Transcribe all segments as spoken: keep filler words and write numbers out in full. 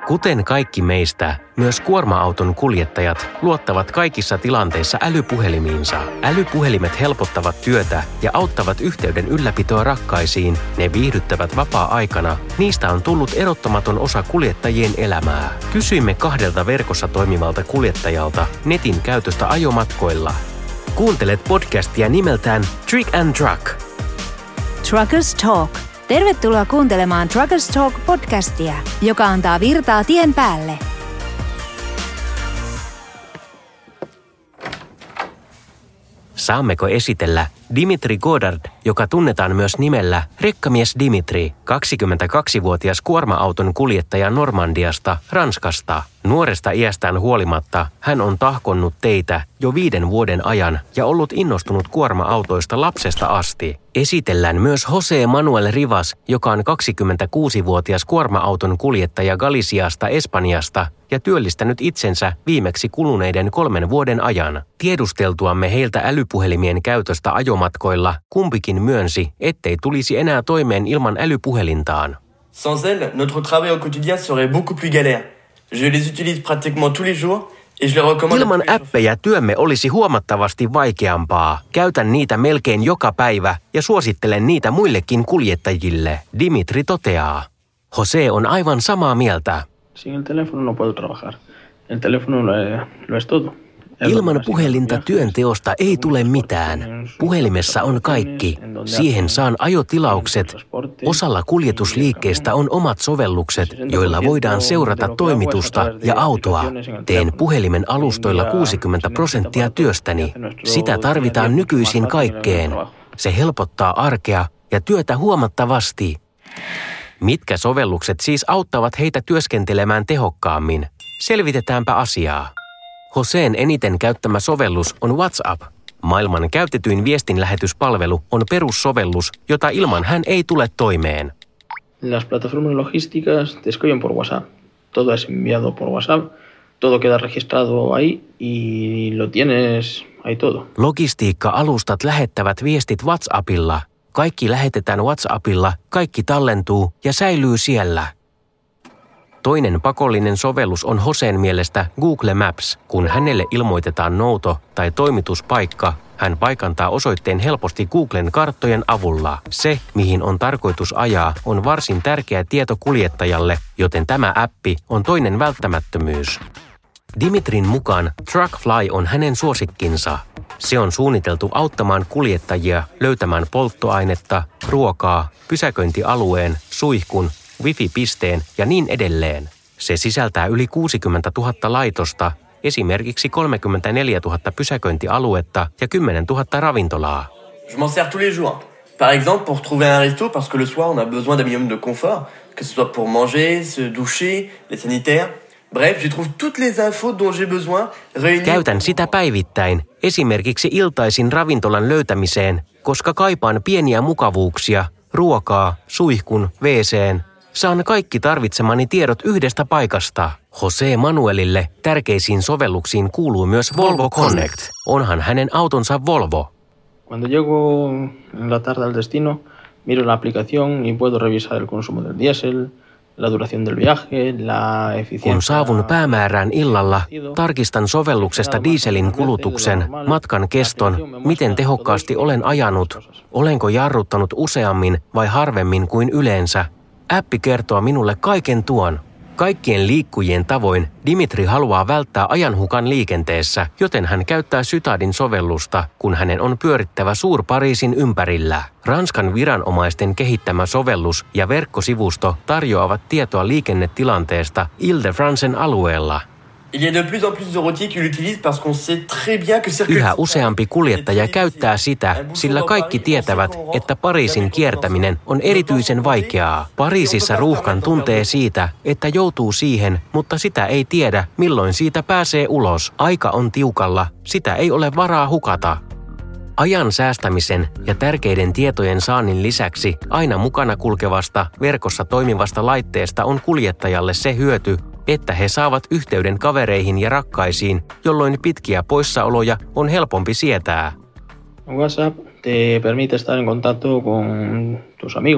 Kuten kaikki meistä, myös kuorma-auton kuljettajat luottavat kaikissa tilanteissa älypuhelimiinsa. Älypuhelimet helpottavat työtä ja auttavat yhteyden ylläpitoa rakkaisiin. Ne viihdyttävät vapaa-aikana. Niistä on tullut erottamaton osa kuljettajien elämää. Kysyimme kahdelta verkossa toimivalta kuljettajalta netin käytöstä ajomatkoilla. Kuuntelet podcastia nimeltään Trick and Truck. Truckers Talk. Tervetuloa kuuntelemaan Truckers Talk-podcastia, joka antaa virtaa tien päälle. Saammeko esitellä Dimitri Godard, joka tunnetaan myös nimellä Rekkamies Dimitri, kaksikymmentäkaksivuotias kuorma-auton kuljettaja Normandiasta, Ranskasta. Nuoresta iästään huolimatta hän on tahkonnut teitä jo viiden vuoden ajan ja ollut innostunut kuorma-autoista lapsesta asti. Esitellään myös José Manuel Rivas, joka on kaksikymmentäkuusivuotias kuorma-auton kuljettaja Galiciasta, Espanjasta ja työllistänyt itsensä viimeksi kuluneiden kolmen vuoden ajan. Tiedusteltuamme heiltä älypuhelimien käytöstä ajomatkoilla, kumpikin myönsi, ettei tulisi enää toimeen ilman älypuhelintaan. Sans elle, notre travail au quotidien serait beaucoup plus galère. Je les utilise pratiquement tous les jours et je les recommande. Ilman appeja työmme olisi huomattavasti vaikeampaa. Käytän niitä melkein joka päivä ja suosittelen niitä muillekin kuljettajille, Dimitri toteaa. José on aivan samaa mieltä. Sin el teléfono no puedo trabajar. El teléfono lo es todo. Ilman puhelinta työnteosta ei tule mitään. Puhelimessa on kaikki. Siihen saan ajotilaukset. Osalla kuljetusliikkeistä on omat sovellukset, joilla voidaan seurata toimitusta ja autoa. Teen puhelimen alustoilla kuusikymmentä prosenttia työstäni. Sitä tarvitaan nykyisin kaikkeen. Se helpottaa arkea ja työtä huomattavasti. Mitkä sovellukset siis auttavat heitä työskentelemään tehokkaammin? Selvitetäänpä asiaa. Josén eniten käyttämä sovellus on WhatsApp. Maailman käytetyin viestinlähetyspalvelu on perussovellus, jota ilman hän ei tule toimeen. Las plataformas logísticas te escriben por WhatsApp. Todo es enviado por WhatsApp. Todo queda registrado ahí y lo tienes ahí todo. Logistiikka-alustat lähettävät viestit WhatsAppilla. Kaikki lähetetään WhatsAppilla, kaikki tallentuu ja säilyy siellä. Toinen pakollinen sovellus on Josén mielestä Google Maps. Kun hänelle ilmoitetaan nouto tai toimituspaikka, hän paikantaa osoitteen helposti Googlen karttojen avulla. Se, mihin on tarkoitus ajaa, on varsin tärkeä tieto kuljettajalle, joten tämä appi on toinen välttämättömyys. Dimitrin mukaan Truckfly on hänen suosikkinsa. Se on suunniteltu auttamaan kuljettajia löytämään polttoainetta, ruokaa, pysäköintialueen, suihkun, wifi-pisteen ja niin edelleen. Se sisältää yli kuusikymmentätuhatta laitosta, esimerkiksi kolmekymmentäneljätuhatta pysäköintialuetta ja kymmenentuhatta ravintolaa. Je m'en sers tous les jours. Par exemple, pour trouver un resto parce que le soir on a besoin d'un minimum de confort, que ce soit pour manger, se doucher, les sanitaires. Bref, je trouve toutes les infos dont j'ai besoin réunies. Käytän sitä päivittäin, esimerkiksi iltaisin ravintolan löytämiseen, koska kaipaan pieniä mukavuuksia, ruokaa, suihkun, wc:n. Saan kaikki tarvitsemani tiedot yhdestä paikasta. José Manuelille tärkeisiin sovelluksiin kuuluu myös Volvo Connect. Onhan hänen autonsa Volvo. Cuando llego en la tarde al destino, miro la aplicación y puedo revisar el consumo del diésel, la duración del viaje, la eficiencia. Kun saavun päämäärään illalla, tarkistan sovelluksesta dieselin kulutuksen, matkan keston, miten tehokkaasti olen ajanut, olenko jarruttanut useammin vai harvemmin kuin yleensä. Appi kertoo minulle kaiken tuon. Kaikkien liikkujien tavoin Dimitri haluaa välttää ajanhukan liikenteessä, joten hän käyttää Cytadin sovellusta, kun hänen on pyörittävä Suur-Pariisin ympärillä. Ranskan viranomaisten kehittämä sovellus ja verkkosivusto tarjoavat tietoa liikennetilanteesta Ile-de-Francen alueella. Yhä useampi kuljettaja käyttää sitä, sillä kaikki tietävät, että Pariisin kiertäminen on erityisen vaikeaa. Pariisissa ruuhkan tuntee siitä, että joutuu siihen, mutta sitä ei tiedä, milloin siitä pääsee ulos. Aika on tiukalla, sitä ei ole varaa hukata. Ajan säästämisen ja tärkeiden tietojen saannin lisäksi aina mukana kulkevasta, verkossa toimivasta laitteesta on kuljettajalle se hyöty, että he saavat yhteyden kavereihin ja rakkaisiin, jolloin pitkiä poissaoloja on helpompi sietää. WhatsApp te permite estar en contacto con tus amigos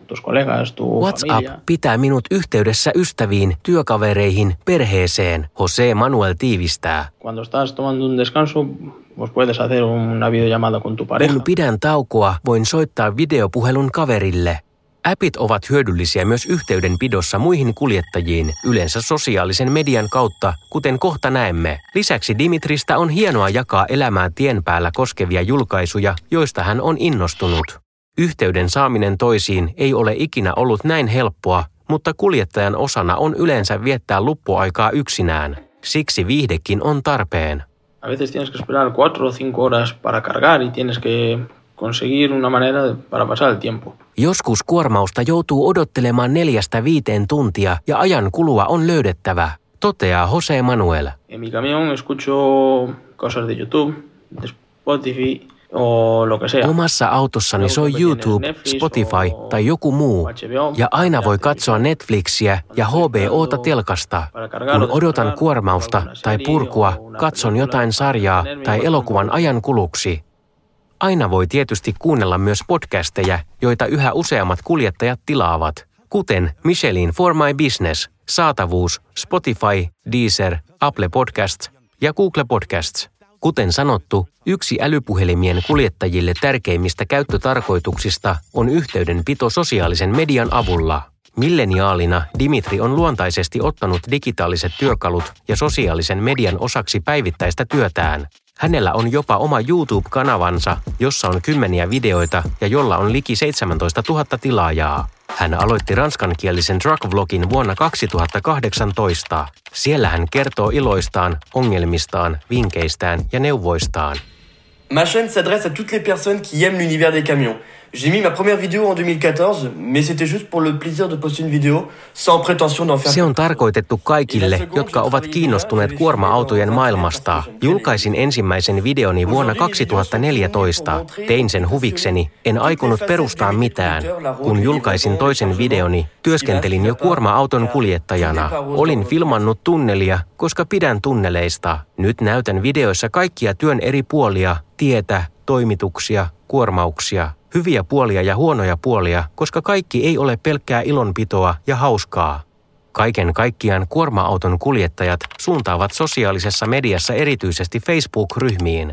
tus colegas, tu WhatsApp familia. pitää minut yhteydessä ystäviin, työkavereihin, perheeseen, José Manuel tiivistää. Cuando estás tomando un descanso, pues puedes hacer una videollamada con tu pareja. Kun pidän taukoa, voin soittaa videopuhelun kaverille. Appit ovat hyödyllisiä myös yhteydenpidossa muihin kuljettajiin, yleensä sosiaalisen median kautta, kuten kohta näemme. Lisäksi Dimitristä on hienoa jakaa elämää tien päällä koskevia julkaisuja, joista hän on innostunut. Yhteyden saaminen toisiin ei ole ikinä ollut näin helppoa, mutta kuljettajan osana on yleensä viettää loppuaikaa yksinään. Siksi viihdekin on tarpeen. A veces tienes que esperar cuatro o cinco horas para cargar y tienes que conseguir una manera para pasar el tiempo. Joskus kuormausta joutuu odottelemaan neljästä viiteen tuntia ja ajan kulua on löydettävä, toteaa José Manuel. En mi camión escucho cosas de YouTube, de Spotify o lo que sea. Omassa autossani soi YouTube, Spotify tai joku muu, ja aina voi katsoa Netflixiä ja H B O:ta telkasta. Kun odotan kuormausta tai purkua, katson jotain sarjaa tai elokuvan ajan kuluksi. Aina voi tietysti kuunnella myös podcasteja, joita yhä useammat kuljettajat tilaavat, kuten Michelin for my business, saatavuus, Spotify, Deezer, Apple Podcasts ja Google Podcasts. Kuten sanottu, yksi älypuhelimien kuljettajille tärkeimmistä käyttötarkoituksista on yhteydenpito sosiaalisen median avulla. Milleniaalina Dimitri on luontaisesti ottanut digitaaliset työkalut ja sosiaalisen median osaksi päivittäistä työtään. Hänellä on jopa oma YouTube-kanavansa, jossa on kymmeniä videoita ja jolla on liki seitsemäntoista tuhatta tilaajaa. Hän aloitti ranskankielisen truck-vlogin vuonna kaksituhattakahdeksantoista. Siellä hän kertoo iloistaan, ongelmistaan, vinkeistään ja neuvoistaan. Ma chaîne s'adresse à toutes les personnes qui aiment l'univers des camions. J'ai mis ma première vidéo en deux mille quatorze, mais c'était juste pour le plaisir de poster une vidéo, sans prétention d'en faire. Se on tarkoitettu kaikille, jotka ovat kiinnostuneet kuorma-autojen maailmasta. Julkaisin ensimmäisen videoni vuonna kaksituhattaneljätoista. Tein sen huvikseni, en aikonut perustaa mitään. Kun julkaisin toisen videoni, työskentelin jo kuorma-auton kuljettajana. Olin filmannut tunnelia, koska pidän tunneleista. Nyt näytän videoissa kaikkia työn eri puolia, tietä, toimituksia, kuormauksia, hyviä puolia ja huonoja puolia, koska kaikki ei ole pelkkää ilonpitoa ja hauskaa. Kaiken kaikkiaan kuorma-auton kuljettajat suuntaavat sosiaalisessa mediassa erityisesti Facebook-ryhmiin.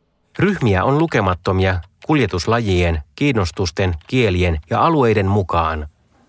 Ryhmiä on lukemattomia kuljetuslajien, kiinnostusten, kielien ja alueiden mukaan.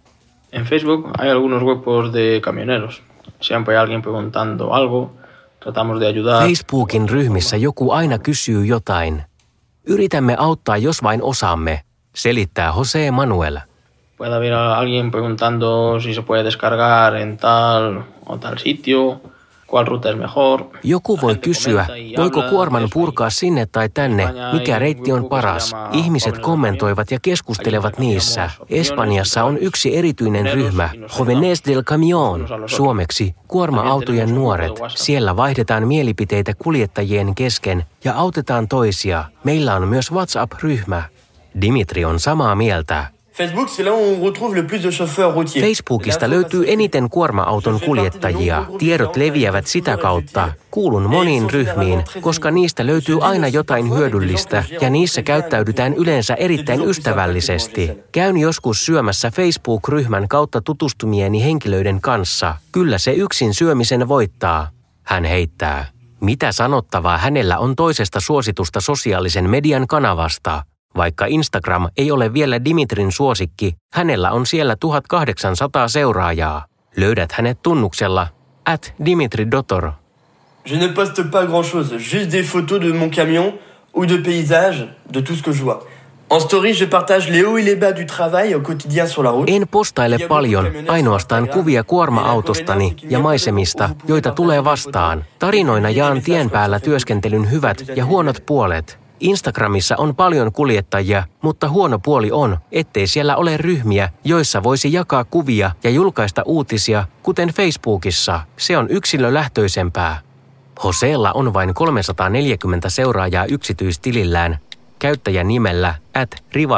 En Facebook hay algunos grupos de camioneros. Siempre hay alguien preguntando algo, tratamos de ayudar. Facebookin ryhmissä joku aina kysyy jotain. Yritämme auttaa, jos vain osaamme, selittää José Manuel. Puede haber alguien preguntando si se puede descargar en tal o tal sitio, cuál ruta es mejor. Joku voi kysyä, voiko kuorman purkaa sinne tai tänne, mikä reitti on paras. Ihmiset kommentoivat ja keskustelevat niissä. Espanjassa on yksi erityinen ryhmä, Jóvenes del Camión, suomeksi kuorma-autojen nuoret. Siellä vaihdetaan mielipiteitä kuljettajien kesken ja autetaan toisia. Meillä on myös WhatsApp-ryhmä. Dimitri on samaa mieltä. Facebook, c'est là où on retrouve le plus de chauffeurs routiers. Facebookista löytyy eniten kuorma-auton kuljettajia. Tiedot leviävät sitä kautta. Kuulun moniin ryhmiin, koska niistä löytyy aina jotain hyödyllistä ja niissä käyttäydytään yleensä erittäin ystävällisesti. Käyn joskus syömässä Facebook-ryhmän kautta tutustumieni henkilöiden kanssa. Kyllä se yksin syömisen voittaa. Hän heittää. Mitä sanottavaa hänellä on toisesta suositusta sosiaalisen median kanavasta? Vaikka Instagram ei ole vielä Dimitrin suosikki, hänellä on siellä tuhatkahdeksansataa seuraajaa. Löydät hänet tunnuksella at Dimitri Dotor. Je ne poste pas grand-chose, juste des photos de mon camion ou de paysages, de tout ce que je vois. En story, je partage les hauts et les bas du travail au quotidien sur la route. En postaile paljon, ainoastaan kuvia kuorma-autostani ja maisemista, joita tulee vastaan. Tarinoina jaan tien päällä työskentelyn hyvät ja huonot puolet. Instagramissa on paljon kuljettajia, mutta huono puoli on, ettei siellä ole ryhmiä, joissa voisi jakaa kuvia ja julkaista uutisia, kuten Facebookissa. Se on yksilölähtöisempää. Josélla on vain kolmesataaneljäkymmentä seuraajaa yksityistilillään, käyttäjän nimellä at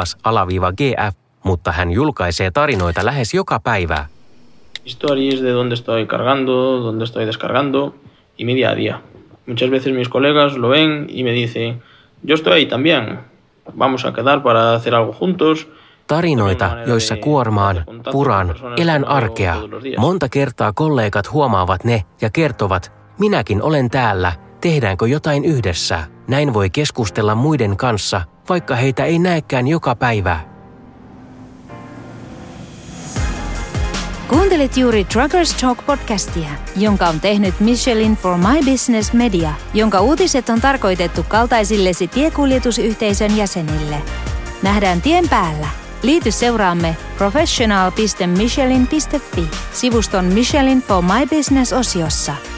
rivas-gf, mutta hän julkaisee tarinoita lähes joka päivä. Historias de donde estoy cargando, donde estoy descargando y mi día a día. Muchas veces mis colegas lo ven y me dicen, yo estoy ahí también, vamos a quedar para hacer algo juntos Tarinoita, joissa kuormaan, puran, elän arkea. Monta kertaa kollegat huomaavat ne ja kertovat, minäkin olen täällä, tehdäänkö jotain yhdessä. Näin voi keskustella muiden kanssa, vaikka heitä ei näekään joka päivä. Kuuntelit juuri Truckers Talk-podcastia, jonka on tehnyt Michelin for My Business Media, jonka uutiset on tarkoitettu kaltaisillesi tiekuljetusyhteisön jäsenille. Nähdään tien päällä. Liity seuraamme professional piste michelin piste fi sivuston Michelin for My Business -osiossa.